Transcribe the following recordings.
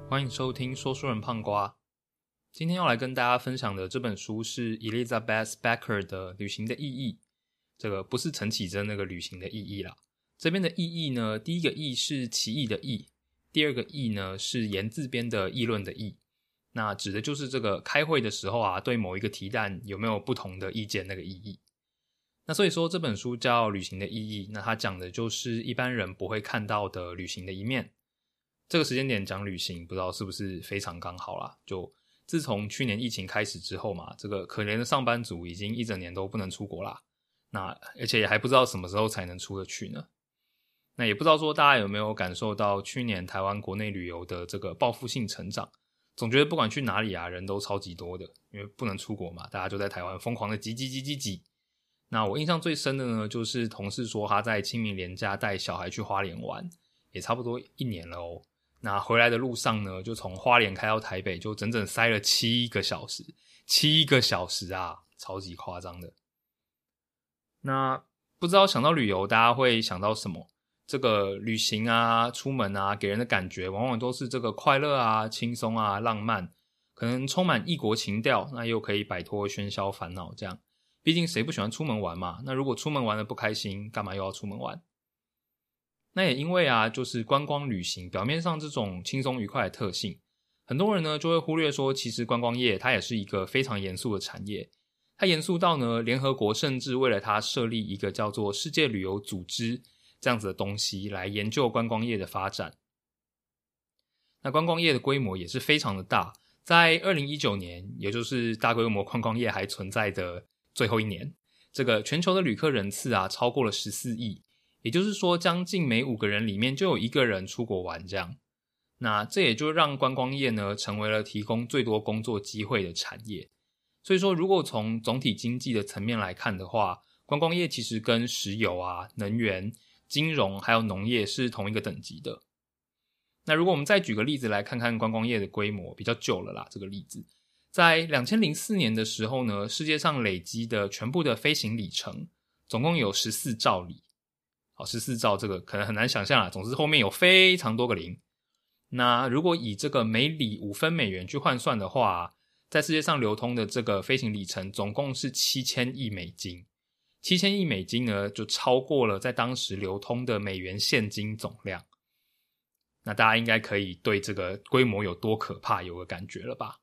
欢迎收听说书人胖瓜。今天要来跟大家分享的这本书是 Elizabeth Becker 的《旅行的意义》。这个不是陈绮贞那个旅行的意义啦。这边的意义呢，第一个义是奇异的义，第二个义呢是言字边的议论的议。那指的就是这个开会的时候啊，对某一个提案有没有不同的意见那个意义。那所以说这本书叫《旅行的意义》，那它讲的就是一般人不会看到的旅行的一面。这个时间点讲旅行，不知道是不是非常刚好啦。就自从去年疫情开始之后嘛，这个可怜的上班族已经一整年都不能出国啦。那而且也还不知道什么时候才能出得去呢。那也不知道说大家有没有感受到去年台湾国内旅游的这个报复性成长。总觉得不管去哪里啊，人都超级多的，因为不能出国嘛，大家就在台湾疯狂的挤。那我印象最深的呢，就是同事说他在清明连假带小孩去花莲玩，也差不多1年了哦。那回来的路上呢，就从花莲开到台北，就整整塞了7个小时，7个小时啊，超级夸张的。那不知道想到旅游，大家会想到什么？这个旅行啊，出门啊，给人的感觉往往都是这个快乐啊、轻松啊、浪漫，可能充满异国情调，那又可以摆脱喧嚣烦恼这样。毕竟谁不喜欢出门玩嘛？那如果出门玩的不开心，干嘛又要出门玩？那也因为啊，就是观光旅行表面上这种轻松愉快的特性，很多人呢就会忽略说，其实观光业它也是一个非常严肃的产业。它严肃到呢，联合国甚至为了它设立一个叫做世界旅游组织这样子的东西来研究观光业的发展。那观光业的规模也是非常的大，在2019年，也就是大规模观光业还存在的最后一年，这个全球的旅客人次啊超过了14亿，也就是说将近每5个人里面就有1个人出国玩这样。那这也就让观光业呢成为了提供最多工作机会的产业。所以说如果从总体经济的层面来看的话，观光业其实跟石油啊、能源、金融还有农业是同一个等级的。那如果我们再举个例子来看看观光业的规模，比较旧了啦，这个例子在2004年的时候呢，世界上累积的全部的飞行里程总共有14兆里。好，14兆这个可能很难想象啦，总之后面有非常多个零。那如果以这个每里5分美元去换算的话，在世界上流通的这个飞行里程总共是7000亿美金。7000亿美金呢，就超过了在当时流通的美元现金总量。那大家应该可以对这个规模有多可怕有个感觉了吧？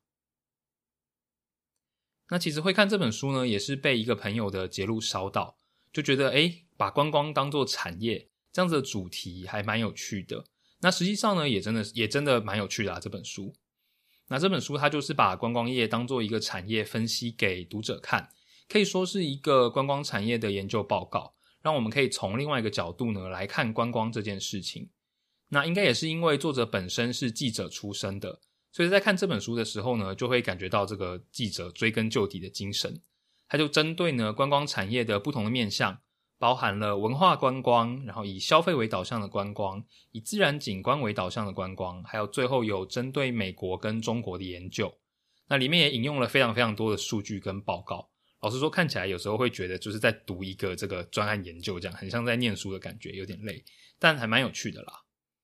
那其实会看这本书呢，也是被一个朋友的节录烧到，就觉得把观光当作产业这样子的主题还蛮有趣的。那实际上呢，也真的蛮有趣的这本书。那这本书它就是把观光业当作一个产业分析给读者看，可以说是一个观光产业的研究报告，让我们可以从另外一个角度呢来看观光这件事情。那应该也是因为作者本身是记者出身的，所以在看这本书的时候呢，就会感觉到这个记者追根究底的精神。他就针对呢观光产业的不同的面向，包含了文化观光，然后以消费为导向的观光，以自然景观为导向的观光，还有最后有针对美国跟中国的研究。那里面也引用了非常非常多的数据跟报告。老实说看起来有时候会觉得就是在读一个这个专案研究这样，很像在念书的感觉，有点累，但还蛮有趣的啦。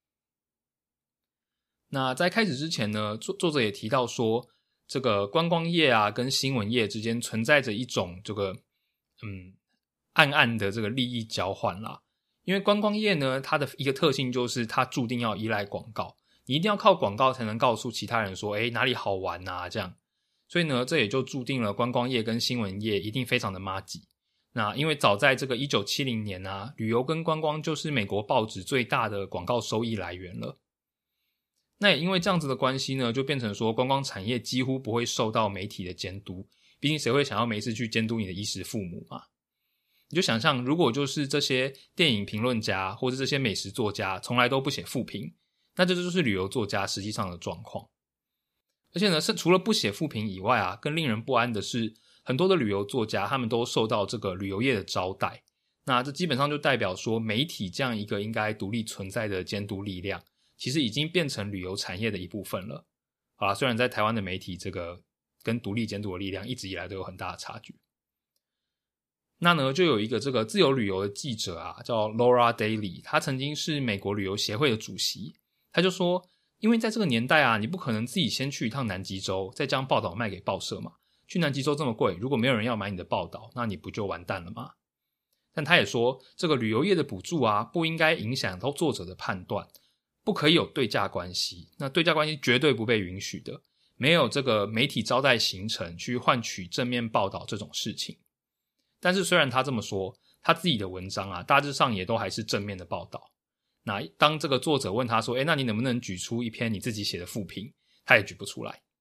那在开始之前呢，作者也提到说，这个观光业啊跟新闻业之间存在着一种这个暗暗的这个利益交换啦。因为观光业呢，它的一个特性就是它注定要依赖广告，你一定要靠广告才能告诉其他人说哪里好玩啊这样。所以呢，这也就注定了观光业跟新闻业一定非常的麻吉。那因为早在这个1970年啊，旅游跟观光就是美国报纸最大的广告收益来源了。那也因为这样子的关系呢，就变成说观光产业几乎不会受到媒体的监督，毕竟谁会想要没事去监督你的衣食父母嘛？你就想象，如果就是这些电影评论家或者这些美食作家从来都不写负评，那这就是旅游作家实际上的状况。而且呢，是除了不写负评以外啊，更令人不安的是，很多的旅游作家他们都受到这个旅游业的招待。那这基本上就代表说，媒体这样一个应该独立存在的监督力量，其实已经变成旅游产业的一部分了。好啦，虽然在台湾的媒体这个跟独立监督的力量一直以来都有很大的差距。那呢，就有一个这个自由旅游的记者啊，叫 Laura Daly， 他曾经是美国旅游协会的主席。他就说， 因为在这个年代啊，你不可能自己先去一趟南极洲，再将报道卖给报社嘛。去南极洲这么贵，如果没有人要买你的报道，那你不就完蛋了吗？但他也说，这个旅游业的补助啊，不应该影响到作者的判断，不可以有对价关系。那对价关系绝对不被允许的，没有这个媒体招待行程去换取正面报道这种事情。但是虽然他这么说，他自己的文章啊，大致上也都还是正面的报道。那当这个作者问他说，那你能不能举出一篇你自己写的负评，他也举不出来。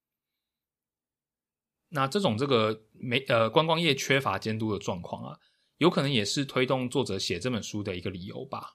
那这种观光业缺乏监督的状况啊，有可能也是推动作者写这本书的一个理由吧。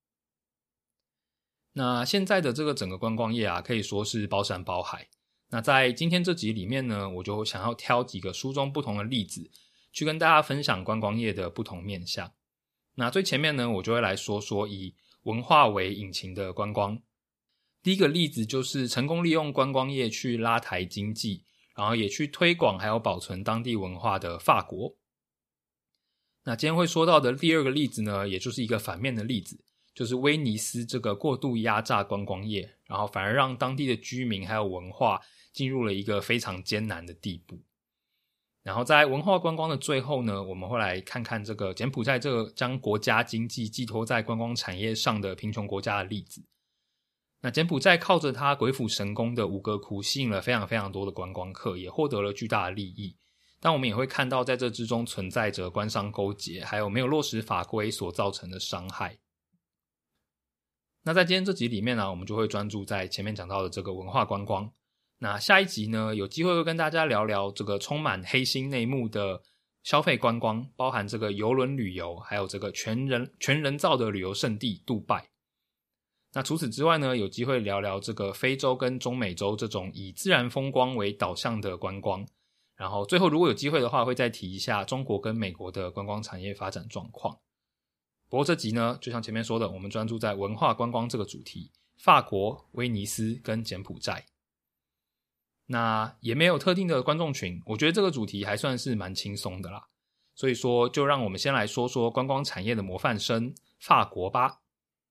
那现在的这个整个观光业啊，可以说是包山包海。那在今天这集里面呢，我就想要挑几个书中不同的例子，去跟大家分享观光业的不同面向。那最前面呢，我就会来说说以文化为引擎的观光。第一个例子就是成功利用观光业去拉抬经济，然后也去推广还有保存当地文化的法国。那今天会说到的第二个例子呢，也就是一个反面的例子，就是威尼斯这个过度压榨观光业，然后反而让当地的居民还有文化进入了一个非常艰难的地步。然后在文化观光的最后呢，我们会来看看这个柬埔寨这个将国家经济寄托在观光产业上的贫穷国家的例子。那柬埔寨靠着它鬼斧神工的吴哥窟吸引了非常非常多的观光客，也获得了巨大的利益。但我们也会看到在这之中存在着官商勾结，还有没有落实法规所造成的伤害。那在今天这集里面呢，我们就会专注在前面讲到的这个文化观光。那下一集呢，有机会会跟大家聊聊这个充满黑心内幕的消费观光，包含这个邮轮旅游，还有这个全人造的旅游胜地杜拜。那除此之外呢，有机会聊聊这个非洲跟中美洲这种以自然风光为导向的观光。然后最后如果有机会的话，会再提一下中国跟美国的观光产业发展状况。不过这集呢，就像前面说的，我们专注在文化观光这个主题，法国、威尼斯跟柬埔寨。那也没有特定的观众群，我觉得这个主题还算是蛮轻松的啦。所以说就让我们先来说说观光产业的模范生法国吧。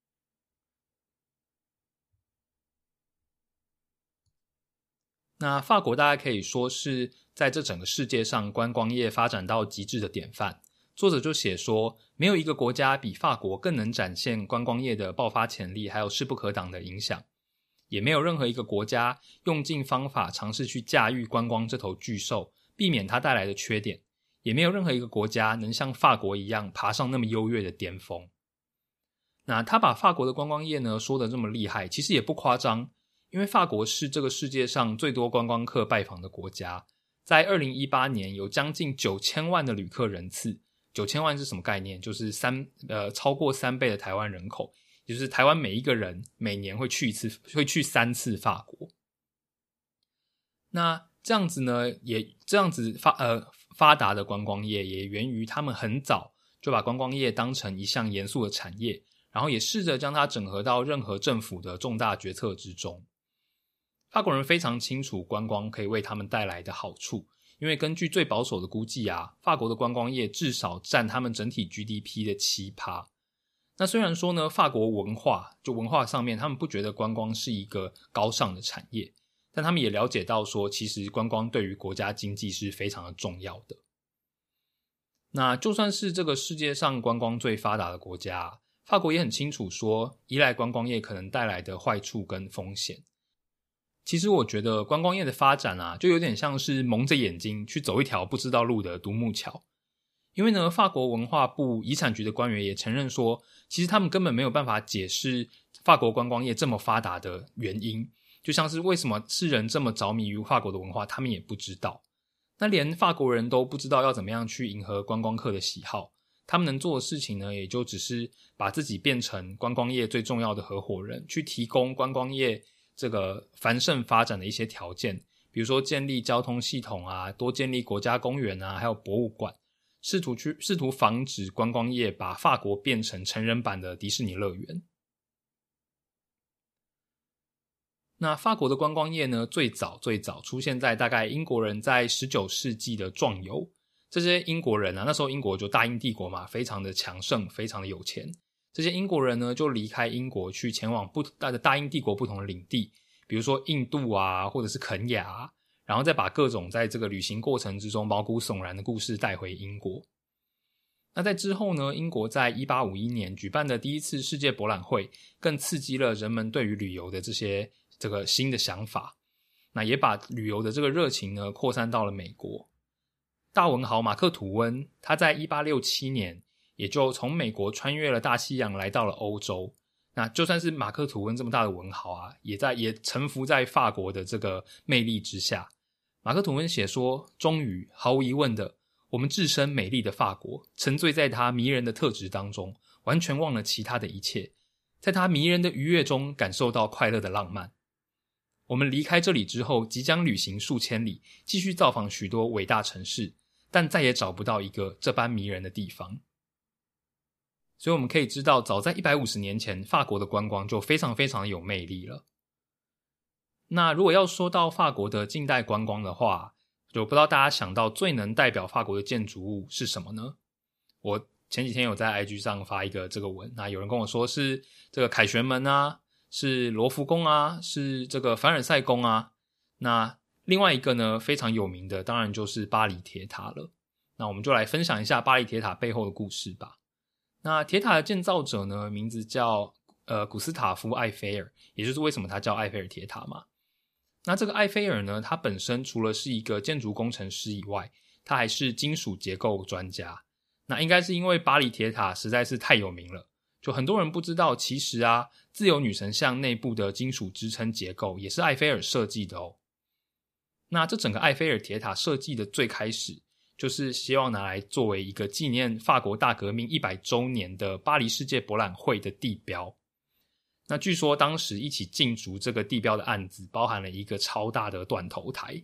那法国大概可以说是在这整个世界上观光业发展到极致的典范。作者就写说，没有一个国家比法国更能展现观光业的爆发潜力还有势不可挡的影响，也没有任何一个国家用尽方法尝试去驾驭观光这头巨兽，避免它带来的缺点，也没有任何一个国家能像法国一样爬上那么优越的巅峰。那他把法国的观光业呢说得这么厉害，其实也不夸张，因为法国是这个世界上最多观光客拜访的国家，在2018年有将近9000万的旅客人次。9000万是什么概念？就是超过3倍的台湾人口，也就是台湾每一个人每年会去3次法国。那这样子呢，也这样子发达的观光业也源于他们很早就把观光业当成一项严肃的产业，然后也试着将它整合到任何政府的重大决策之中。法国人非常清楚观光可以为他们带来的好处，因为根据最保守的估计啊，法国的观光业至少占他们整体 GDP 的 7%。 那虽然说呢，法国文化上面他们不觉得观光是一个高尚的产业，但他们也了解到说，其实观光对于国家经济是非常的重要的。那就算是这个世界上观光最发达的国家，法国也很清楚说，依赖观光业可能带来的坏处跟风险。其实我觉得观光业的发展啊，就有点像是蒙着眼睛去走一条不知道路的独木桥。因为呢，法国文化部遗产局的官员也承认说，其实他们根本没有办法解释法国观光业这么发达的原因，就像是为什么世人这么着迷于法国的文化，他们也不知道。那连法国人都不知道要怎么样去迎合观光客的喜好，他们能做的事情呢，也就只是把自己变成观光业最重要的合伙人，去提供观光业这个繁盛发展的一些条件，比如说建立交通系统啊，多建立国家公园啊，还有博物馆，试图防止观光业把法国变成成人版的迪士尼乐园。那法国的观光业呢，最早出现在大概英国人在19世纪的壮游。这些英国人啊，那时候英国就大英帝国嘛，非常的强盛，非常的有钱， 这些英国人呢就离开英国去前往大英帝国不同的领地，比如说印度啊，或者是肯亚啊，然后再把各种在这个旅行过程之中毛骨悚然的故事带回英国。那在之后呢，英国在1851年举办的第一次世界博览会更刺激了人们对于旅游的这个新的想法，那也把旅游的这个热情呢扩散到了美国。大文豪马克吐温他在1867年也就从美国穿越了大西洋来到了欧洲。那就算是马克吐温这么大的文豪啊，也臣服在法国的这个魅力之下。马克吐温写说，终于毫无疑问的，我们置身美丽的法国，沉醉在它迷人的特质当中，完全忘了其他的一切，在它迷人的愉悦中感受到快乐的浪漫。我们离开这里之后，即将旅行数千里，继续造访许多伟大城市，但再也找不到一个这般迷人的地方。所以我们可以知道，早在150年前，法国的观光就非常非常有魅力了。那如果要说到法国的近代观光的话，就不知道大家想到最能代表法国的建筑物是什么呢？我前几天有在 IG 上发一个这个文，那有人跟我说是这个凯旋门啊，是罗浮宫啊，是这个凡尔赛宫啊。那另外一个呢，非常有名的当然就是巴黎铁塔了。那我们就来分享一下巴黎铁塔背后的故事吧。那铁塔的建造者呢，名字叫古斯塔夫·埃菲尔，也就是为什么他叫埃菲尔铁塔嘛。那这个埃菲尔呢，他本身除了是一个建筑工程师以外，他还是金属结构专家。那应该是因为巴黎铁塔实在是太有名了，就很多人不知道，其实啊，自由女神像内部的金属支撑结构也是埃菲尔设计的哦。那这整个埃菲尔铁塔设计的最开始，就是希望拿来作为一个纪念法国大革命100周年的巴黎世界博览会的地标。那据说当时一起竞逐这个地标的案子包含了一个超大的断头台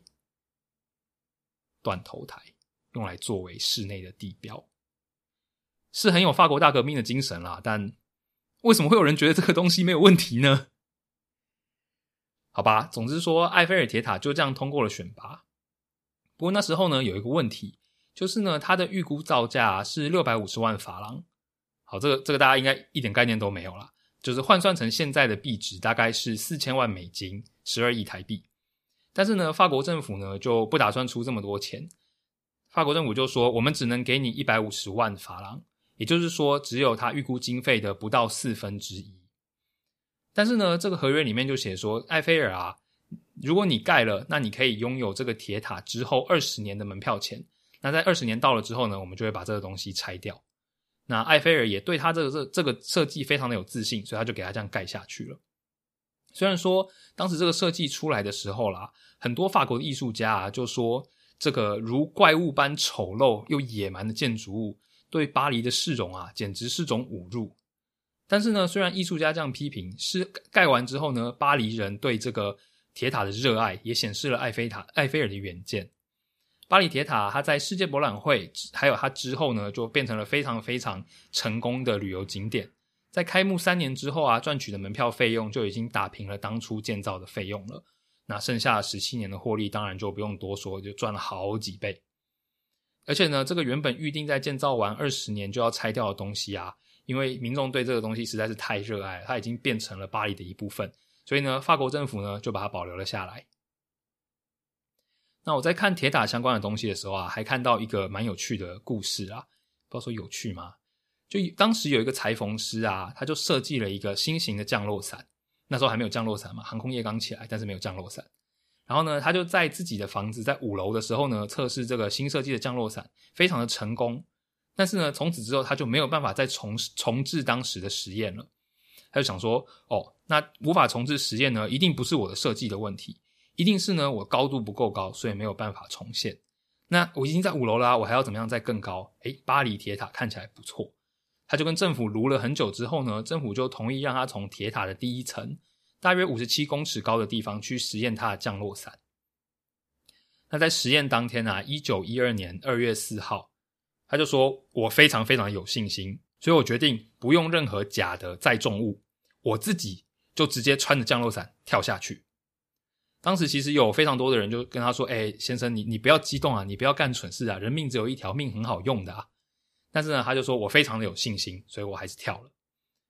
用来作为室内的地标，是很有法国大革命的精神啦，但为什么会有人觉得这个东西没有问题呢？好吧，总之说埃菲尔铁塔就这样通过了选拔。不过那时候呢有一个问题，就是呢它的预估造价是650万法郎。好，这个大家应该一点概念都没有啦，就是换算成现在的币值大概是4000万美金，12亿台币。但是呢法国政府呢就不打算出这么多钱，法国政府就说我们只能给你150万法郎，也就是说只有他预估经费的不到1/4。但是呢这个合约里面就写说，埃菲尔啊，如果你盖了，那你可以拥有这个铁塔之后20年的门票钱，那在20年到了之后呢，我们就会把这个东西拆掉。那埃菲尔也对他这个设计非常的有自信，所以他就给他这样盖下去了。虽然说当时这个设计出来的时候啦，很多法国的艺术家啊就说，这个如怪物般丑陋又野蛮的建筑物对巴黎的市容啊简直是种侮辱。但是呢，虽然艺术家这样批评，是盖完之后呢，巴黎人对这个铁塔的热爱也显示了埃菲尔的远见。巴黎铁塔它在世界博览会还有它之后呢，就变成了非常非常成功的旅游景点。在开幕3年之后啊，赚取的门票费用就已经打平了当初建造的费用了。那剩下17年的获利当然就不用多说，就赚了好几倍。而且呢，这个原本预定在建造完20年就要拆掉的东西啊，因为民众对这个东西实在是太热爱了，它已经变成了巴黎的一部分，所以呢法国政府呢就把它保留了下来。那我在看铁塔相关的东西的时候啊，还看到一个蛮有趣的故事啊，不知道说有趣吗？就当时有一个裁缝师啊，他就设计了一个新型的降落伞。那时候还没有降落伞嘛，航空业刚起来，但是没有降落伞。然后呢，他就在自己的房子在5楼的时候呢，测试这个新设计的降落伞，非常的成功。但是呢，从此之后他就没有办法再重置当时的实验了。他就想说，那无法重置实验呢，一定不是我的设计的问题，一定是呢我高度不够高，所以没有办法重现。那我已经在5楼啦，我还要怎么样再更高？巴黎铁塔看起来不错。他就跟政府撸了很久之后呢，政府就同意让他从铁塔的第1层大约57公尺高的地方去实验他的降落伞。那在实验当天啊，1912年2月4号，他就说，我非常非常有信心，所以我决定不用任何假的载重物，我自己就直接穿着降落伞跳下去。当时其实有非常多的人就跟他说，先生你不要激动啊，你不要干蠢事啊，人命只有一条，命很好用的啊。但是呢他就说，我非常的有信心，所以我还是跳了。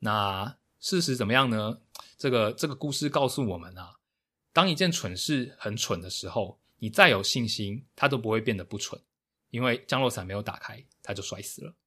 那事实怎么样呢？这个故事告诉我们啊，当一件蠢事很蠢的时候，你再有信心，它都不会变得不蠢，因为降落伞没有打开，它就摔死了。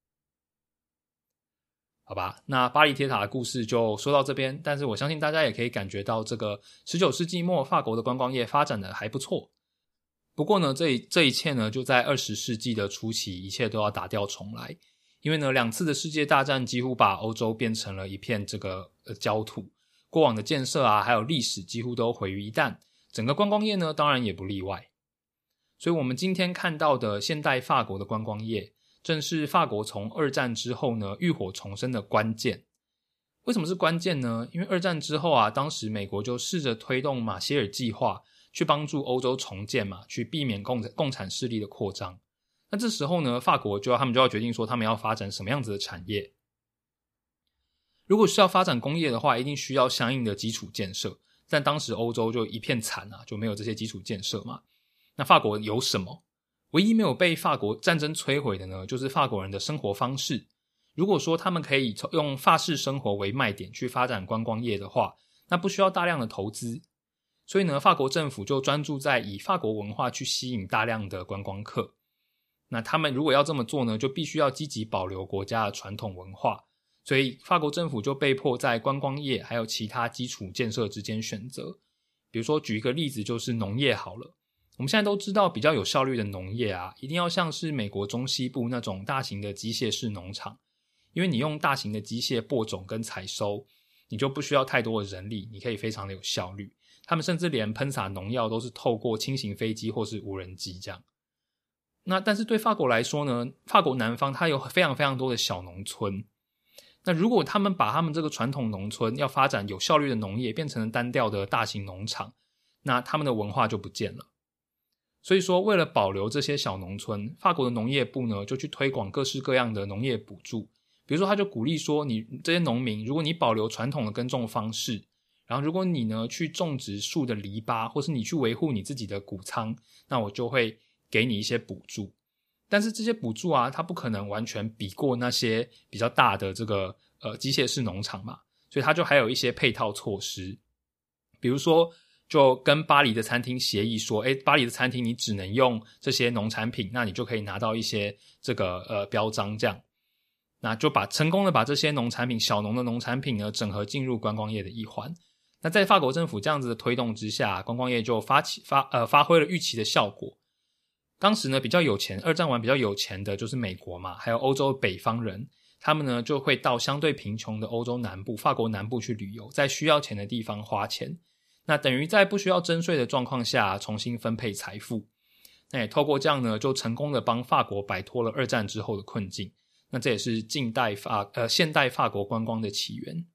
好吧，那巴黎铁塔的故事就说到这边，但是我相信大家也可以感觉到这个19世纪末法国的观光业发展的还不错。不过呢，这一切呢，就在20世纪的初期，一切都要打掉重来。因为呢，2次的世界大战几乎把欧洲变成了一片这个焦土，过往的建设啊，还有历史几乎都毁于一旦，整个观光业呢，当然也不例外。所以我们今天看到的现代法国的观光业，正是法国从2战之后呢浴火重生的关键。为什么是关键呢？因为2战之后啊，当时美国就试着推动马歇尔计划，去帮助欧洲重建嘛，去避免共产势力的扩张。那这时候呢，法国他们就要决定说他们要发展什么样子的产业。如果是要发展工业的话，一定需要相应的基础建设，但当时欧洲就一片惨啊，就没有这些基础建设嘛。那法国有什么？唯一没有被法国战争摧毁的呢，就是法国人的生活方式。如果说他们可以用法式生活为卖点去发展观光业的话，那不需要大量的投资。所以呢，法国政府就专注在以法国文化去吸引大量的观光客。那他们如果要这么做呢，就必须要积极保留国家的传统文化。所以法国政府就被迫在观光业还有其他基础建设之间选择。比如说举一个例子，就是农业好了。我们现在都知道比较有效率的农业啊，一定要像是美国中西部那种大型的机械式农场，因为你用大型的机械播种跟采收，你就不需要太多的人力，你可以非常的有效率。他们甚至连喷洒农药都是透过轻型飞机或是无人机这样。那但是对法国来说呢，法国南方它有非常非常多的小农村。那如果他们把他们这个传统农村要发展有效率的农业变成了单调的大型农场，那他们的文化就不见了。所以说为了保留这些小农村，法国的农业部呢就去推广各式各样的农业补助。比如说他就鼓励说，你这些农民，如果你保留传统的耕种方式，然后如果你呢去种植树的篱笆，或是你去维护你自己的谷仓，那我就会给你一些补助。但是这些补助啊，它不可能完全比过那些比较大的这个机械式农场嘛，所以它就还有一些配套措施。比如说就跟巴黎的餐厅协议说，巴黎的餐厅你只能用这些农产品，那你就可以拿到一些这个标章这样。那就成功的把这些农产品，小农的农产品呢整合进入观光业的一环。那在法国政府这样子的推动之下，观光业就发挥了预期的效果。当时呢比较有钱，2战完比较有钱的就是美国嘛，还有欧洲北方人，他们呢就会到相对贫穷的欧洲南部，法国南部去旅游，在需要钱的地方花钱。那等于在不需要征税的状况下重新分配财富。那也透过这样呢，就成功的帮法国摆脱了2战之后的困境。那这也是现代法国观光的起源。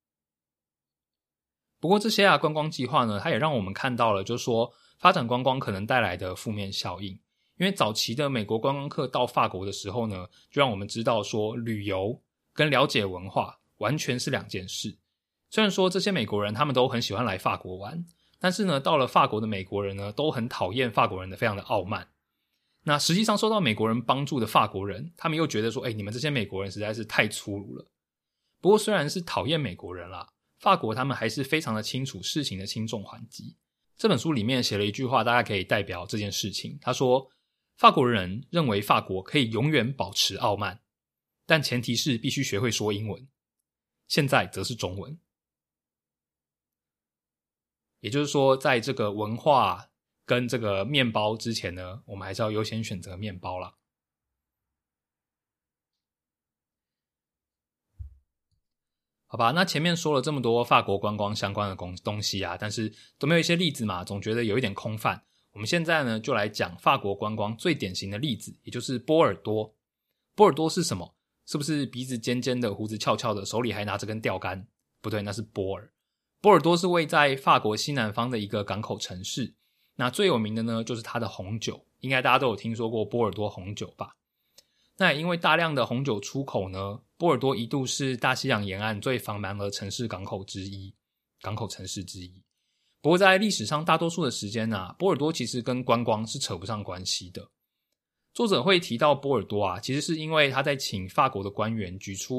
不过这些观光计划呢，它也让我们看到了，就是说发展观光可能带来的负面效应。因为早期的美国观光客到法国的时候呢，就让我们知道说旅游跟了解文化完全是2件事。虽然说这些美国人他们都很喜欢来法国玩，但是呢到了法国的美国人呢都很讨厌法国人的非常的傲慢。那实际上受到美国人帮助的法国人，他们又觉得说你们这些美国人实在是太粗鲁了。不过虽然是讨厌美国人啦，法国他们还是非常的清楚事情的轻重缓急。这本书里面写了一句话，大概可以代表这件事情。他说，法国人认为法国可以永远保持傲慢，但前提是必须学会说英文，现在则是中文。也就是说，在这个文化跟这个面包之前呢，我们还是要优先选择面包啦。好吧，那前面说了这么多法国观光相关的东西啊，但是都没有一些例子嘛，总觉得有一点空泛。我们现在呢就来讲法国观光最典型的例子，也就是波尔多。波尔多是什么？是不是鼻子尖尖的，胡子翘翘的，手里还拿着根钓竿？不对，那是波尔。波尔多是位在法国西南方的一个港口城市。那最有名的呢就是它的红酒，应该大家都有听说过波尔多红酒吧。那也因为大量的红酒出口呢，波尔多一度是大西洋沿岸最繁忙的港口城市之一。不过在历史上大多数的时间波尔多其实跟观光是扯不上关系的。作者会提到波尔多其实是因为他在请法国的官员举出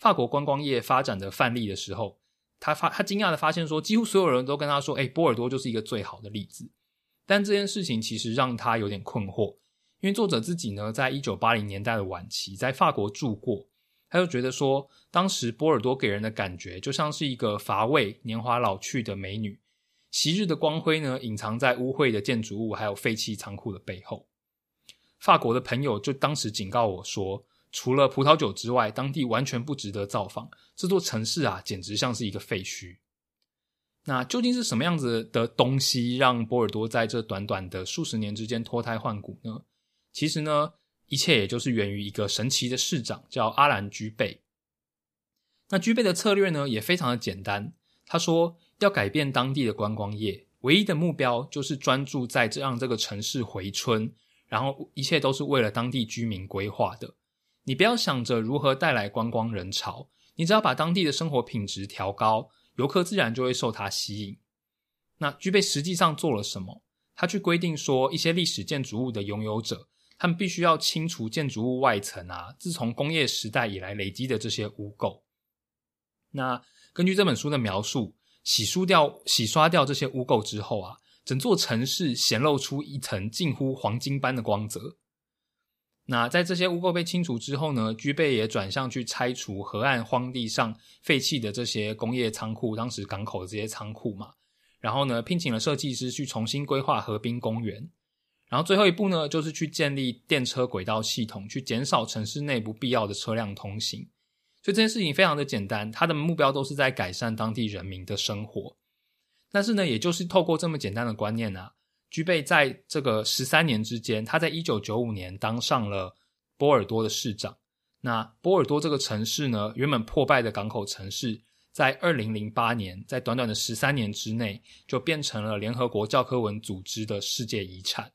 法国观光业发展的范例的时候，他惊讶的发现说，几乎所有人都跟他说波尔多就是一个最好的例子。但这件事情其实让他有点困惑，因为作者自己呢在1980年代的晚期在法国住过，他就觉得说当时波尔多给人的感觉就像是一个乏味年华老去的美女，昔日的光辉呢隐藏在污秽的建筑物还有废弃仓库的背后。法国的朋友就当时警告我说，除了葡萄酒之外，当地完全不值得造访，这座城市啊简直像是一个废墟。那究竟是什么样子的东西让波尔多在这短短的数十年之间脱胎换骨呢？其实呢，一切也就是源于一个神奇的市长叫阿兰·居贝。那居贝的策略呢也非常的简单，他说要改变当地的观光业，唯一的目标就是专注在让这个城市回春，然后一切都是为了当地居民规划的。你不要想着如何带来观光人潮，你只要把当地的生活品质调高，游客自然就会受它吸引。那居贝实际上做了什么？他去规定说，一些历史建筑物的拥有者，他们必须要清除建筑物外层自从工业时代以来累积的这些污垢。那根据这本书的描述，洗刷掉这些污垢之后整座城市显露出一层近乎黄金般的光泽。那在这些污垢被清除之后呢，居贝也转向去拆除河岸荒地上废弃的这些工业仓库，当时港口的这些仓库嘛。然后呢，聘请了设计师去重新规划河滨公园。然后最后一步呢，就是去建立电车轨道系统，去减少城市内不必要的车辆通行。所以这件事情非常的简单，它的目标都是在改善当地人民的生活。但是呢，也就是透过这么简单的观念居贝在这个13年之间，他在1995年当上了波尔多的市长。那波尔多这个城市呢，原本破败的港口城市，在2008年，在短短的13年之内，就变成了联合国教科文组织的世界遗产。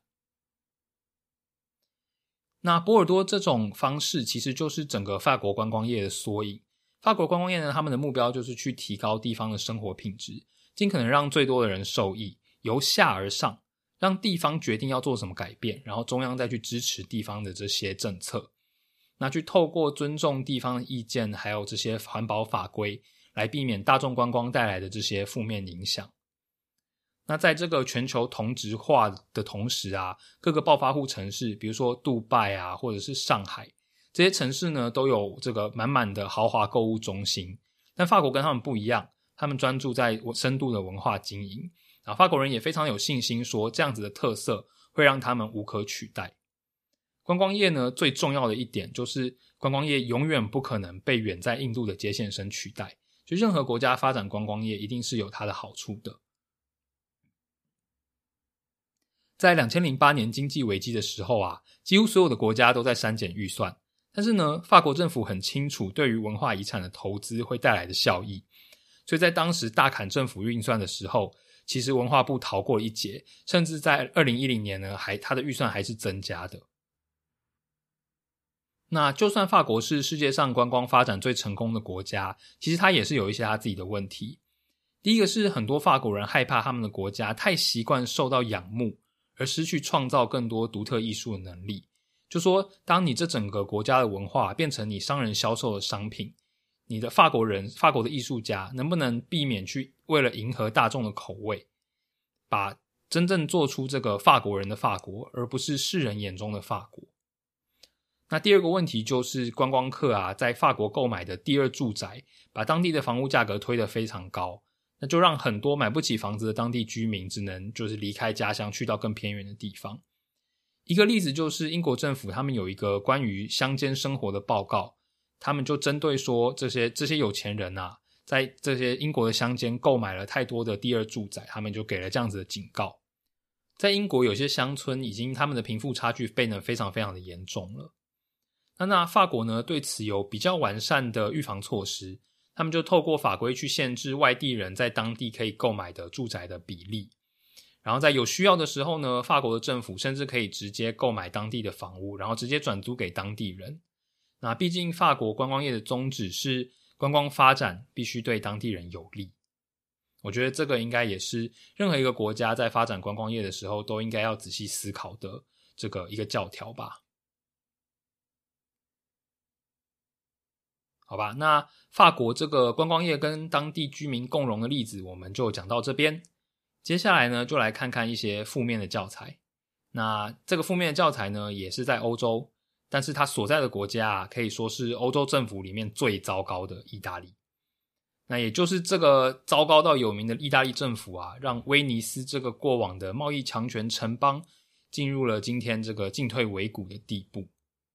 那波尔多这种方式其实就是整个法国观光业的缩影。法国观光业呢，他们的目标就是去提高地方的生活品质，尽可能让最多的人受益，由下而上，让地方决定要做什么改变，然后中央再去支持地方的这些政策。那去透过尊重地方的意见，还有这些环保法规，来避免大众观光带来的这些负面影响。那在这个全球同质化的同时各个暴发户城市，比如说杜拜或者是上海，这些城市呢都有这个满满的豪华购物中心。但法国跟他们不一样，他们专注在深度的文化经营。法国人也非常有信心说，这样子的特色会让他们无可取代。观光业呢，最重要的一点就是观光业永远不可能被远在印度的接线生取代，就任何国家发展观光业一定是有它的好处的。在2008年经济危机的时候几乎所有的国家都在删减预算，但是呢，法国政府很清楚对于文化遗产的投资会带来的效益，所以在当时大砍政府预算的时候，其实文化部逃过了一劫，甚至在2010年呢，它的预算还是增加的。那就算法国是世界上观光发展最成功的国家，其实它也是有一些它自己的问题。第一个是很多法国人害怕他们的国家太习惯受到仰慕，而失去创造更多独特艺术的能力。就说当你这整个国家的文化变成你商人销售的商品，你的法国的艺术家能不能避免去为了迎合大众的口味，把真正做出这个法国人的法国，而不是世人眼中的法国。那第二个问题就是观光客在法国购买的第二住宅，把当地的房屋价格推得非常高，那就让很多买不起房子的当地居民只能就是离开家乡，去到更偏远的地方。一个例子就是英国政府他们有一个关于乡间生活的报告，他们就针对说这些有钱人在这些英国的乡间购买了太多的第二住宅，他们就给了这样子的警告。在英国有些乡村已经他们的贫富差距变得非常非常的严重了。那法国呢，对此有比较完善的预防措施，他们就透过法规去限制外地人在当地可以购买的住宅的比例。然后在有需要的时候呢，法国的政府甚至可以直接购买当地的房屋，然后直接转租给当地人。那毕竟法国观光业的宗旨是观光发展必须对当地人有利。我觉得这个应该也是任何一个国家在发展观光业的时候都应该要仔细思考的这个一个教条吧。 好吧，那法国这个观光业跟当地居民共荣的例子我们就讲到这边。接下来呢，就来看看一些负面的教材。那这个负面的教材呢，也是在欧洲，但是它所在的国家啊，可以说是欧洲政府里面最糟糕的意大利。那也就是这个糟糕到有名的意大利政府啊，让威尼斯这个过往的贸易强权城邦进入了今天这个进退维谷的地步。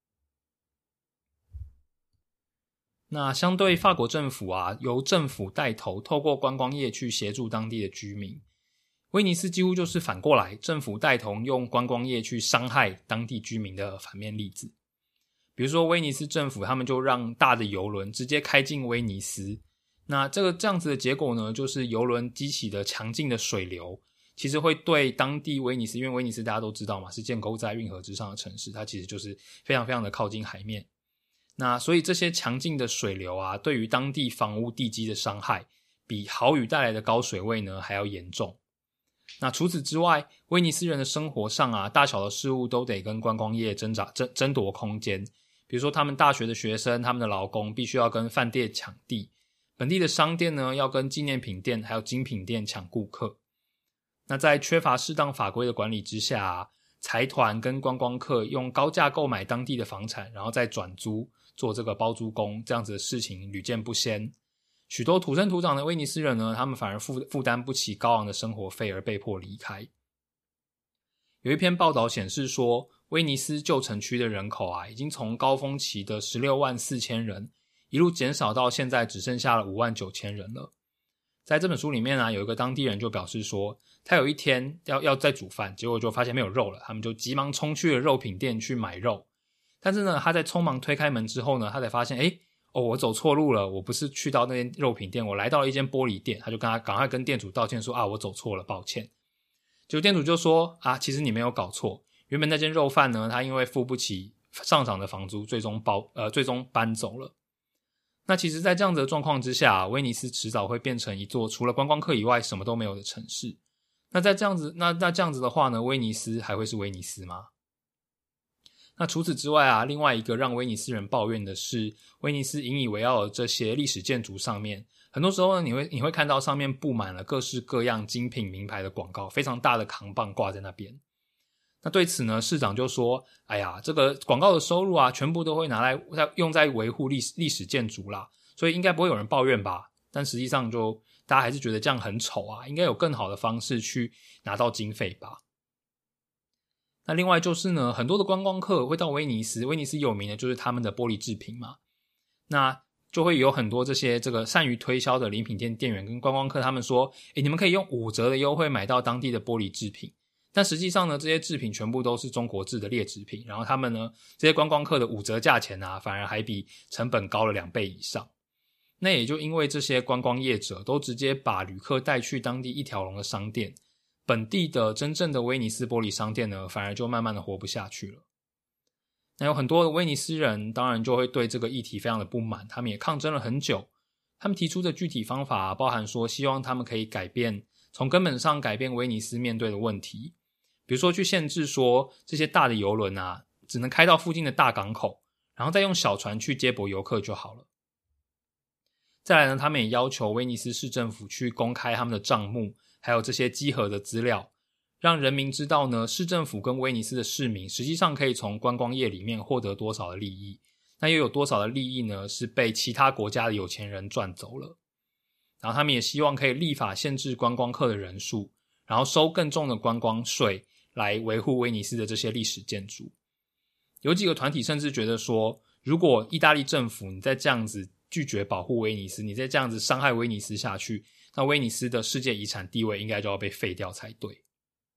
那相对法国政府啊，由政府带头透过观光业去协助当地的居民，威尼斯几乎就是反过来，政府带头用观光业去伤害当地居民的反面例子。比如说威尼斯政府他们就让大的邮轮直接开进威尼斯，那这样子的结果呢，就是邮轮激起的强劲的水流其实会对当地威尼斯，因为威尼斯大家都知道嘛，是建构在运河之上的城市，它其实就是非常非常的靠近海面。那所以这些强劲的水流啊，对于当地房屋地基的伤害比豪雨带来的高水位呢还要严重。那除此之外，威尼斯人的生活上啊，大小的事物都得跟观光业争夺空间。比如说他们大学的学生，他们的劳工必须要跟饭店抢地，本地的商店呢要跟纪念品店还有精品店抢顾客。那在缺乏适当法规的管理之下啊，财团跟观光客用高价购买当地的房产，然后再转租做这个包租公，这样子的事情屡见不鲜。许多土生土长的威尼斯人呢，他们反而负担不起高昂的生活费而被迫离开。有一篇报道显示说，威尼斯旧城区的人口啊，已经从高峰期的16万4千人一路减少到现在只剩下了5万9千人了。在这本书里面啊，有一个当地人就表示说，他有一天要再煮饭，结果就发现没有肉了，他们就急忙冲去了肉品店去买肉。但是呢，他在匆忙推开门之后呢，他才发现我走错路了，我不是去到那间肉品店，我来到了一间玻璃店。他就赶快跟店主道歉说我走错了，抱歉。结果店主就说其实你没有搞错，原本那间肉贩呢，他因为付不起上涨的房租，最终搬走了。那其实在这样子的状况之下，威尼斯迟早会变成一座除了观光客以外什么都没有的城市。那这样子的话呢，威尼斯还会是威尼斯吗？那除此之外啊，另外一个让威尼斯人抱怨的是，威尼斯引以为傲的这些历史建筑上面，很多时候呢，你会看到上面布满了各式各样精品名牌的广告，非常大的扛棒挂在那边。那对此呢，市长就说这个广告的收入啊，全部都会拿来用在维护历史建筑啦，所以应该不会有人抱怨吧。但实际上就大家还是觉得这样很丑啊，应该有更好的方式去拿到经费吧。那另外就是呢，很多的观光客会到威尼斯有名的就是他们的玻璃制品嘛，那就会有很多这个善于推销的礼品店店员跟观光客他们说你们可以用5折的优惠买到当地的玻璃制品。但实际上呢，这些制品全部都是中国制的劣质品，然后他们呢，这些观光客的5折价钱啊，反而还比成本高了2倍以上。那也就因为这些观光业者都直接把旅客带去当地一条龙的商店，本地的真正的威尼斯玻璃商店呢，反而就慢慢的活不下去了。那有很多的威尼斯人当然就会对这个议题非常的不满，他们也抗争了很久。他们提出的具体方法包含说，希望他们可以从根本上改变威尼斯面对的问题，比如说去限制说这些大的邮轮啊，只能开到附近的大港口，然后再用小船去接驳游客就好了。再来呢，他们也要求威尼斯市政府去公开他们的账目，还有这些稽核的资料，让人民知道呢，市政府跟威尼斯的市民实际上可以从观光业里面获得多少的利益，那又有多少的利益呢，是被其他国家的有钱人赚走了。然后他们也希望可以立法限制观光客的人数，然后收更重的观光税来维护威尼斯的这些历史建筑。有几个团体甚至觉得说，如果意大利政府你再这样子拒绝保护威尼斯，你再这样子伤害威尼斯下去，那威尼斯的世界遗产地位应该就要被废掉才对。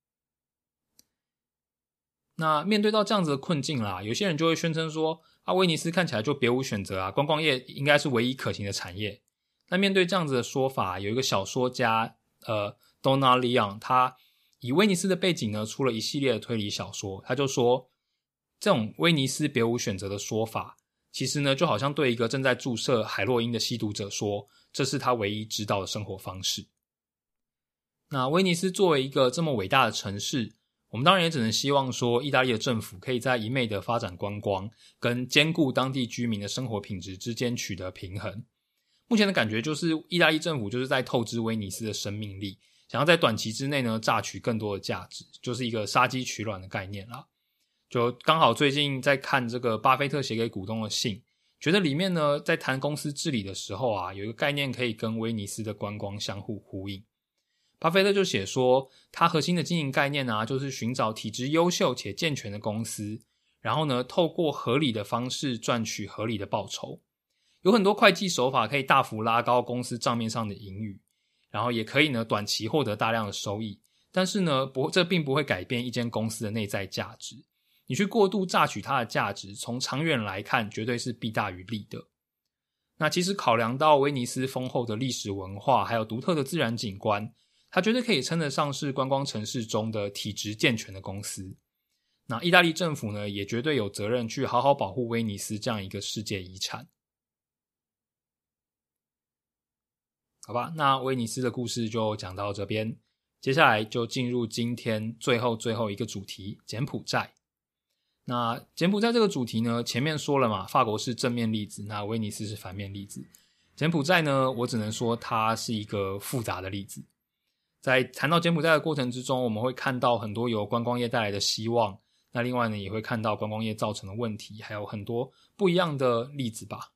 那面对到这样子的困境啦，有些人就会宣称说威尼斯看起来就别无选择啊，观光业应该是唯一可行的产业。那面对这样子的说法，有一个小说家Donna Leon， 他以威尼斯的背景呢，出了一系列的推理小说。他就说，这种威尼斯别无选择的说法，其实呢就好像对一个正在注射海洛因的吸毒者说，这是他唯一知道的生活方式。那威尼斯作为一个这么伟大的城市， 我们当然也只能希望说意大利的政府可以在一昧的发展观光跟兼顾当地居民的生活品质之间取得平衡。目前的感觉就是意大利政府就是在透支威尼斯的生命力，想要在短期之内呢榨取更多的价值，就是一个杀鸡取卵的概念啦。就刚好最近在看这个巴菲特写给股东的信，觉得里面呢在谈公司治理的时候啊，有一个概念可以跟威尼斯的观光相互呼应。巴菲特就写说，他核心的经营概念啊，就是寻找体质优秀且健全的公司，然后呢透过合理的方式赚取合理的报酬。有很多会计手法可以大幅拉高公司账面上的盈余，然后也可以呢短期获得大量的收益，但是呢这并不会改变一间公司的内在价值。你去过度榨取它的价值，从长远来看绝对是弊大于利的。那其实考量到威尼斯丰厚的历史文化还有独特的自然景观，它绝对可以称得上是观光城市中的体质健全的公司。那意大利政府呢也绝对有责任去好好保护威尼斯这样一个世界遗产。好吧，那威尼斯的故事就讲到这边，接下来就进入今天最后一个主题，柬埔寨。那柬埔寨这个主题呢，前面说了嘛，法国是正面例子，那威尼斯是反面例子。柬埔寨呢，我只能说它是一个复杂的例子。在谈到柬埔寨的过程之中，我们会看到很多由观光业带来的希望，那另外呢也会看到观光业造成的问题，还有很多不一样的例子吧。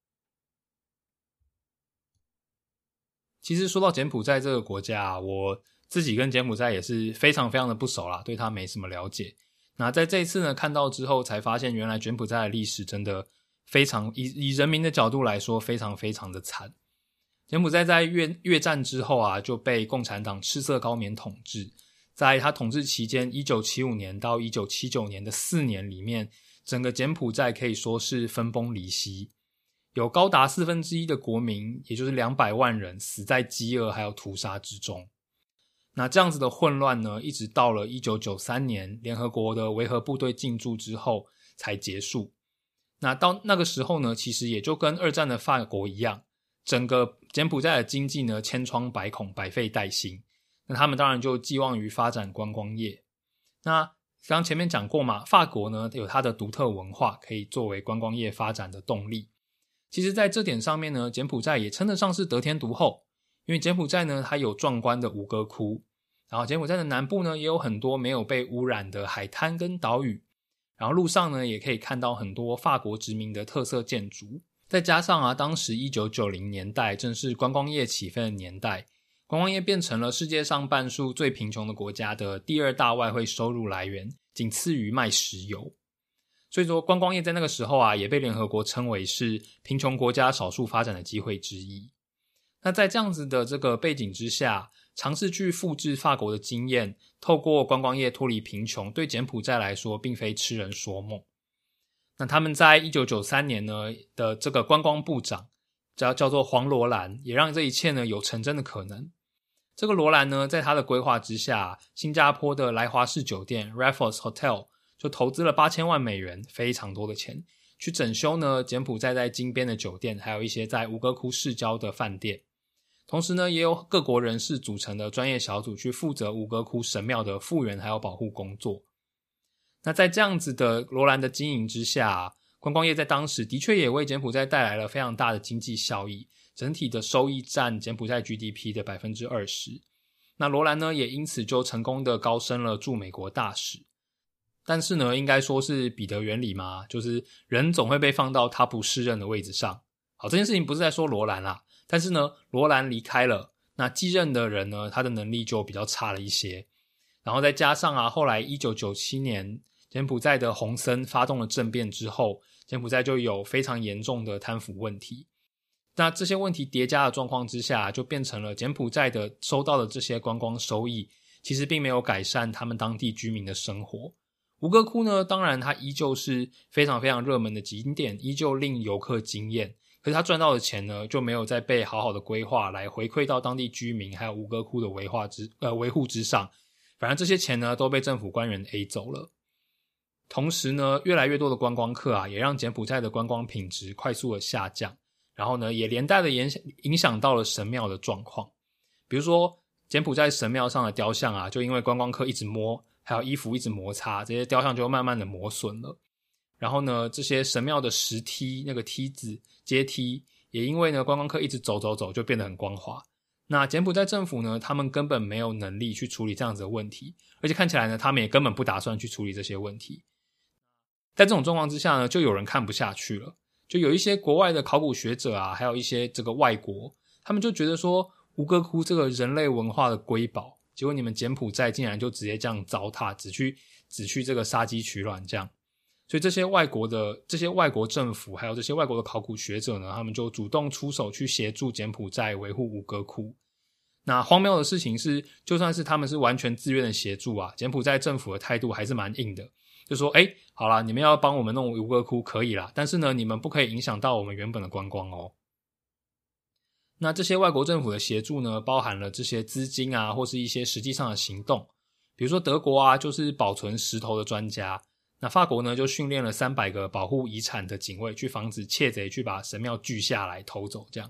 其实说到柬埔寨这个国家啊，我自己跟柬埔寨也是非常非常的不熟啦，对它没什么了解。那在这一次呢看到之后才发现，原来柬埔寨的历史真的非常以人民的角度来说非常非常的惨。柬埔寨在越战之后啊就被共产党赤色高棉统治，在他统治期间1975年到1979年的4年里面，整个柬埔寨可以说是分崩离析，有高达1/4的国民，也就是200万人死在饥饿还有屠杀之中。那这样子的混乱呢，一直到了1993年联合国的维和部队进驻之后才结束。那到那个时候呢，其实也就跟2战的法国一样，整个柬埔寨的经济呢千疮百孔，百废待兴。那他们当然就寄望于发展观光业。那刚前面讲过嘛，法国呢有它的独特文化可以作为观光业发展的动力。其实在这点上面呢，柬埔寨也称得上是得天独厚，因为柬埔寨呢它有壮观的吴哥窟，然后柬埔寨的南部呢也有很多没有被污染的海滩跟岛屿，然后路上呢也可以看到很多法国殖民的特色建筑。再加上啊，当时1990年代正是观光业起飞的年代，观光业变成了世界上半数最贫穷的国家的第2大外汇收入来源，仅次于卖石油。所以说观光业在那个时候啊也被联合国称为是贫穷国家少数发展的机会之一。那在这样子的这个背景之下，尝试去复制法国的经验，透过观光业脱离贫穷，对柬埔寨来说并非痴人说梦。那他们在1993年呢的这个观光部长叫做黄罗兰，也让这一切呢有成真的可能。这个罗兰呢在他的规划之下，新加坡的莱华士酒店 Raffles Hotel 就投资了8000万美元，非常多的钱，去整修呢柬埔寨在金边的酒店，还有一些在吴哥窟市郊的饭店。同时呢也有各国人士组成的专业小组去负责吴哥窟神庙的复原还有保护工作。那在这样子的罗兰的经营之下，观光业在当时的确也为柬埔寨带来了非常大的经济效益，整体的收益占柬埔寨 GDP 的 20%。 那罗兰呢也因此就成功的高升了驻美国大使。但是呢应该说是彼得原理嘛，就是人总会被放到他不适任的位置上。好，这件事情不是在说罗兰啦，但是呢罗兰离开了，那继任的人呢他的能力就比较差了一些。然后再加上啊后来1997年柬埔寨的洪森发动了政变之后，柬埔寨就有非常严重的贪腐问题。那这些问题叠加的状况之下，就变成了柬埔寨的收到的这些观光收益其实并没有改善他们当地居民的生活。吴哥窟呢当然它依旧是非常非常热门的景点，依旧令游客惊艳，可是他赚到的钱呢就没有再被好好的规划来回馈到当地居民还有吴哥窟的维护之上，反而这些钱呢都被政府官员 A 走了。同时呢越来越多的观光客啊也让柬埔寨的观光品质快速的下降，然后呢也连带的影响到了神庙的状况。比如说柬埔寨神庙上的雕像啊就因为观光客一直摸， 还有衣服一直摩擦，这些雕像就会慢慢的磨损了。然后呢，这些神庙的石梯，那个梯子阶梯也因为呢观光客一直走就变得很光滑。那柬埔寨政府呢，他们根本没有能力去处理这样子的问题，而且看起来呢他们也根本不打算去处理这些问题。在这种状况之下呢，就有人看不下去了，就有一些国外的考古学者啊，还有一些这个外国，他们就觉得说吴哥窟这个人类文化的瑰宝，结果你们柬埔寨竟然就直接这样糟蹋，只去这个杀鸡取卵这样。所以这些外国政府还有这些外国的考古学者呢，他们就主动出手去协助柬埔寨维护吴哥窟。那荒谬的事情是，就算是他们是完全自愿的协助啊，柬埔寨政府的态度还是蛮硬的，就说好啦，你们要帮我们弄吴哥窟可以啦，但是呢你们不可以影响到我们原本的观光哦。那这些外国政府的协助呢，包含了这些资金啊，或是一些实际上的行动。比如说德国啊，就是保存石头的专家，那法国呢就训练了300个保护遗产的警卫，去防止窃贼去把神庙锯下来偷走这样。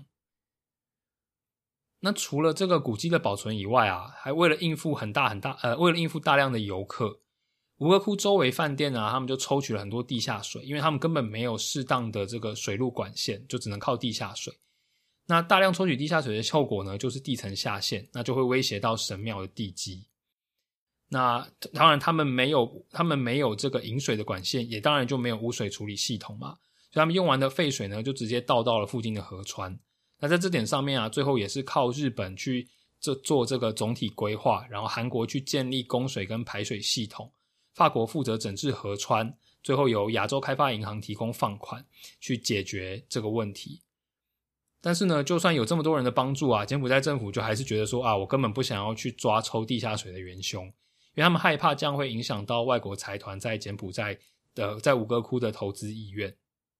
那除了这个古迹的保存以外啊，还为了应付大量的游客，吴哥窟周围饭店啊，他们就抽取了很多地下水，因为他们根本没有适当的这个水路管线，就只能靠地下水。那大量抽取地下水的后果呢，就是地层下陷，那就会威胁到神庙的地基。那当然他们没有这个引水的管线，也当然就没有污水处理系统嘛，所以他们用完的废水呢，就直接倒到了附近的河川。那在这点上面啊，最后也是靠日本去做这个总体规划，然后韩国去建立供水跟排水系统，法国负责整治河川，最后由亚洲开发银行提供放款去解决这个问题。但是呢，就算有这么多人的帮助啊，柬埔寨政府就还是觉得说我根本不想要去抓抽地下水的元凶，因为他们害怕这样会影响到外国财团在柬埔寨在吴哥窟的投资意愿。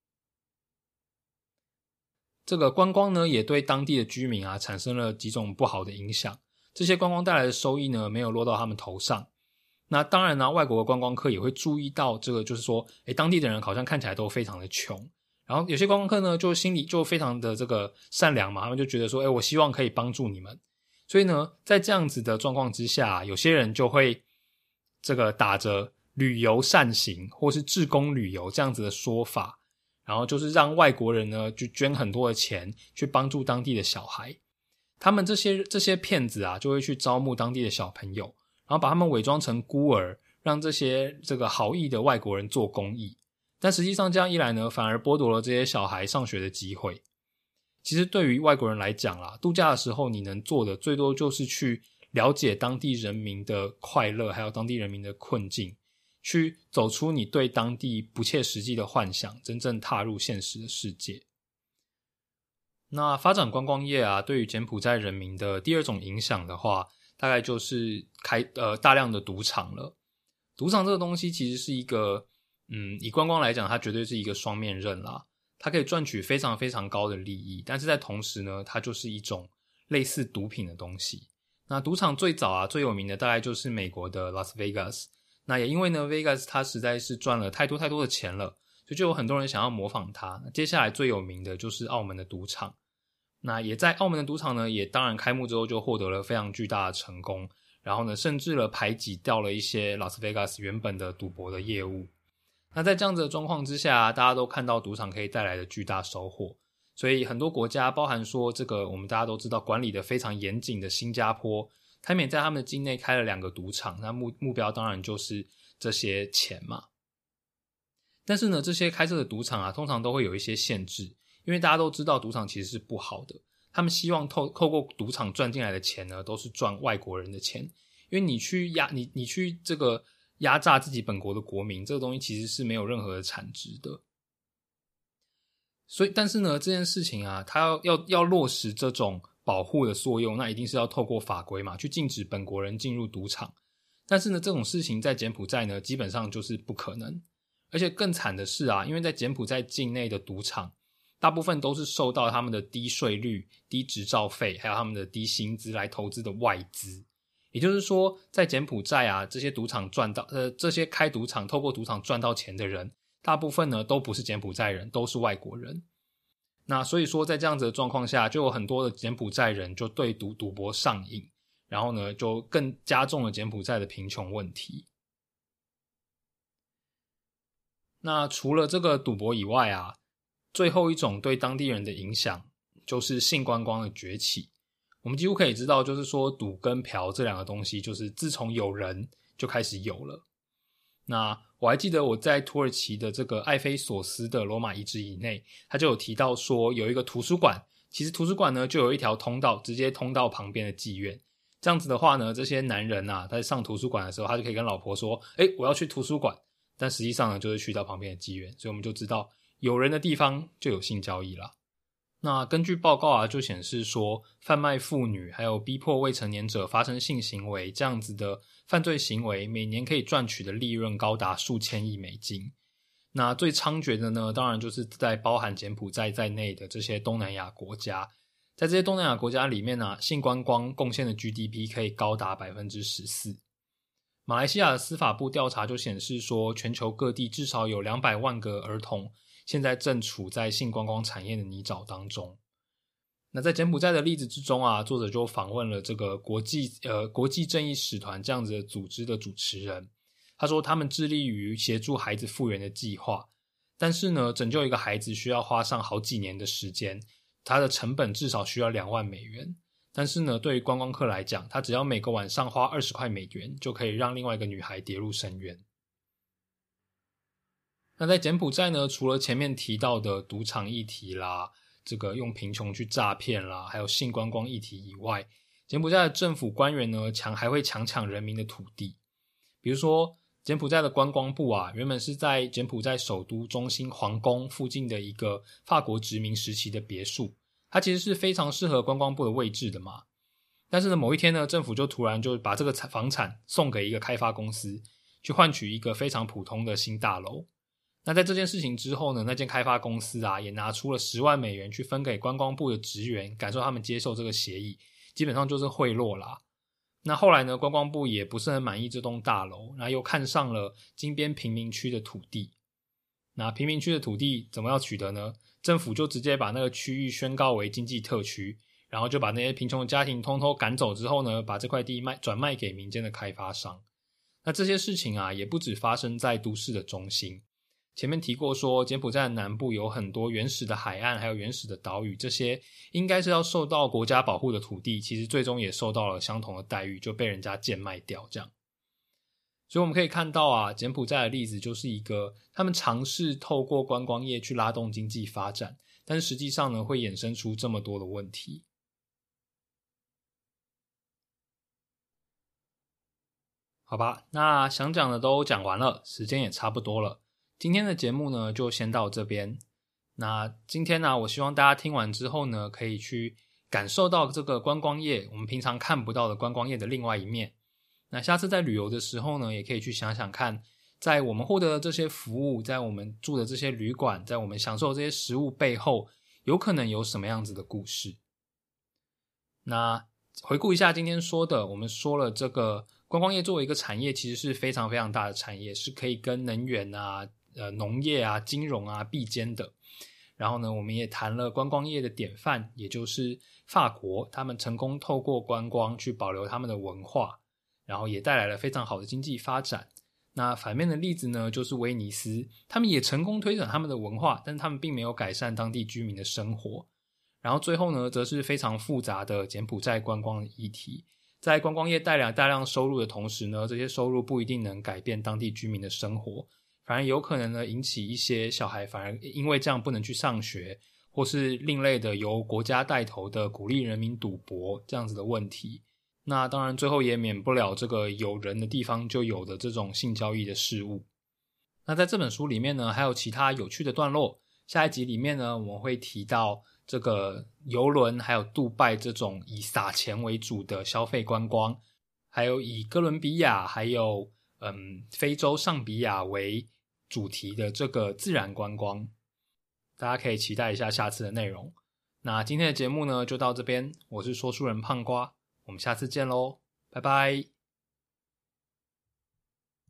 这个观光呢，也对当地的居民啊产生了几种不好的影响。这些观光带来的收益呢，没有落到他们头上。那当然呢，外国的观光客也会注意到这个，就是说当地的人好像看起来都非常的穷。然后有些观光客呢，就心里就非常的这个善良嘛，他们就觉得说我希望可以帮助你们。所以呢，在这样子的状况之下，有些人就会这个打着旅游善行或是志工旅游这样子的说法，然后就是让外国人呢就捐很多的钱去帮助当地的小孩。他们这些骗子啊，就会去招募当地的小朋友，然后把他们伪装成孤儿，让这些这个好意的外国人做公益。但实际上这样一来呢，反而剥夺了这些小孩上学的机会。其实对于外国人来讲啦，度假的时候你能做的最多就是去了解当地人民的快乐，还有当地人民的困境，去走出你对当地不切实际的幻想，真正踏入现实的世界。那发展观光业啊，对于柬埔寨人民的第二种影响的话，大概就是大量的赌场了。赌场这个东西其实是一个以观光来讲，它绝对是一个双面刃啦。它可以赚取非常非常高的利益，但是在同时呢，它就是一种类似毒品的东西。那赌场最早啊最有名的大概就是美国的 Las Vegas。那也因为呢 Vegas 它实在是赚了太多的钱了，所以就有很多人想要模仿它。接下来最有名的就是澳门的赌场。那也在澳门的赌场呢，也当然开幕之后就获得了非常巨大的成功，然后呢甚至排挤掉了一些 Las Vegas 原本的赌博的业务。那在这样子的状况之下，大家都看到赌场可以带来的巨大收获，所以很多国家包含说这个我们大家都知道管理的非常严谨的新加坡，他们也在他们的境内开了2个赌场，那目标当然就是这些钱嘛。但是呢，这些开设的赌场啊，通常都会有一些限制，因为大家都知道赌场其实是不好的，他们希望透过赌场赚进来的钱呢，都是赚外国人的钱，因为你去这个压榨自己本国的国民，这个东西其实是没有任何的产值的。所以但是呢，这件事情啊，它要落实这种保护的作用，那一定是要透过法规嘛，去禁止本国人进入赌场。但是呢，这种事情在柬埔寨呢，基本上就是不可能。而且更惨的是啊，因为在柬埔寨境内的赌场，大部分都是受到他们的低税率、低执照费，还有他们的低薪资来投资的外资。也就是说，在柬埔寨啊，这些开赌场透过赌场赚到钱的人，大部分呢都不是柬埔寨人，都是外国人。那所以说在这样子的状况下，就有很多的柬埔寨人就对赌博上瘾，然后呢就更加重了柬埔寨的贫穷问题。 那除了这个赌博以外啊，最后一种对当地人的影响就是性观光的崛起。我们几乎可以知道，就是说赌跟嫖这两个东西，就是自从有人就开始有了。那我还记得我在土耳其的这个艾菲索斯的罗马遗址以内，他就有提到说有一个图书馆，其实图书馆呢就有一条通道，直接通到旁边的妓院。这样子的话呢，这些男人啊，他在上图书馆的时候，他就可以跟老婆说，我要去图书馆，但实际上呢就是去到旁边的妓院，所以我们就知道有人的地方就有性交易啦。那根据报告啊，就显示说，贩卖妇女还有逼迫未成年者发生性行为这样子的犯罪行为，每年可以赚取的利润高达数千亿美金。那最猖獗的呢，当然就是在包含柬埔寨在内的这些东南亚国家。在这些东南亚国家里面啊，性观光贡献的 GDP 可以高达 14%。马来西亚的司法部调查就显示说，全球各地至少有200万个儿童现在正处在性观光产业的泥沼当中。那在柬埔寨的例子之中啊，作者就访问了这个国际正义使团这样子的组织的主持人。他说他们致力于协助孩子复原的计划，但是呢，拯救一个孩子需要花上好几年的时间，它的成本至少需要2万美元。但是呢，对于观光客来讲，他只要每个晚上花20块美元，就可以让另外一个女孩跌入深渊。那在柬埔寨呢，除了前面提到的赌场议题啦，这个用贫穷去诈骗啦，还有性观光议题以外，柬埔寨的政府官员呢，还会强抢人民的土地。比如说柬埔寨的观光部啊，原本是在柬埔寨首都中心皇宫附近的一个法国殖民时期的别墅，它其实是非常适合观光部的位置的嘛。但是呢，某一天呢，政府就突然就把这个房产送给一个开发公司，去换取一个非常普通的新大楼。那在这件事情之后呢，那间开发公司啊，也拿出了10万美元去分给观光部的职员，感受他们接受这个协议，基本上就是贿赂啦。那后来呢，观光部也不是很满意这栋大楼，然后又看上了金边贫民区的土地。那贫民区的土地怎么要取得呢？政府就直接把那个区域宣告为经济特区，然后就把那些贫穷的家庭通通赶走之后呢，把这块地转卖给民间的开发商。那这些事情啊，也不只发生在都市的中心。前面提过说，柬埔寨的南部有很多原始的海岸还有原始的岛屿，这些应该是要受到国家保护的土地，其实最终也受到了相同的待遇，就被人家贱卖掉这样。所以我们可以看到啊，柬埔寨的例子就是一个他们尝试透过观光业去拉动经济发展，但是实际上呢，会衍生出这么多的问题。好吧，那想讲的都讲完了，时间也差不多了。今天的节目呢，就先到这边。那今天呢，我希望大家听完之后呢，可以去感受到这个观光业，我们平常看不到的观光业的另外一面。那下次在旅游的时候呢，也可以去想想看，在我们获得的这些服务，在我们住的这些旅馆，在我们享受这些食物背后，有可能有什么样子的故事。那回顾一下今天说的，我们说了这个观光业作为一个产业，其实是非常非常大的产业，是可以跟能源啊、农业啊、金融啊并肩的。然后呢，我们也谈了观光业的典范，也就是法国，他们成功透过观光去保留他们的文化，然后也带来了非常好的经济发展。那反面的例子呢，就是威尼斯，他们也成功推展他们的文化，但是他们并没有改善当地居民的生活。然后最后呢，则是非常复杂的柬埔寨观光的议题。在观光业带来大量收入的同时呢，这些收入不一定能改变当地居民的生活，反而有可能呢引起一些小孩反而因为这样不能去上学，或是另类的由国家带头的鼓励人民赌博这样子的问题。那当然最后也免不了这个有人的地方就有的这种性交易的事物。那在这本书里面呢，还有其他有趣的段落。下一集里面呢，我们会提到这个邮轮还有杜拜这种以撒钱为主的消费观光，还有以哥伦比亚还有非洲上比亚为主题的这个自然观光。大家可以期待一下下次的内容。那今天的节目呢就到这边，我是说书人胖瓜，我们下次见咯，拜拜。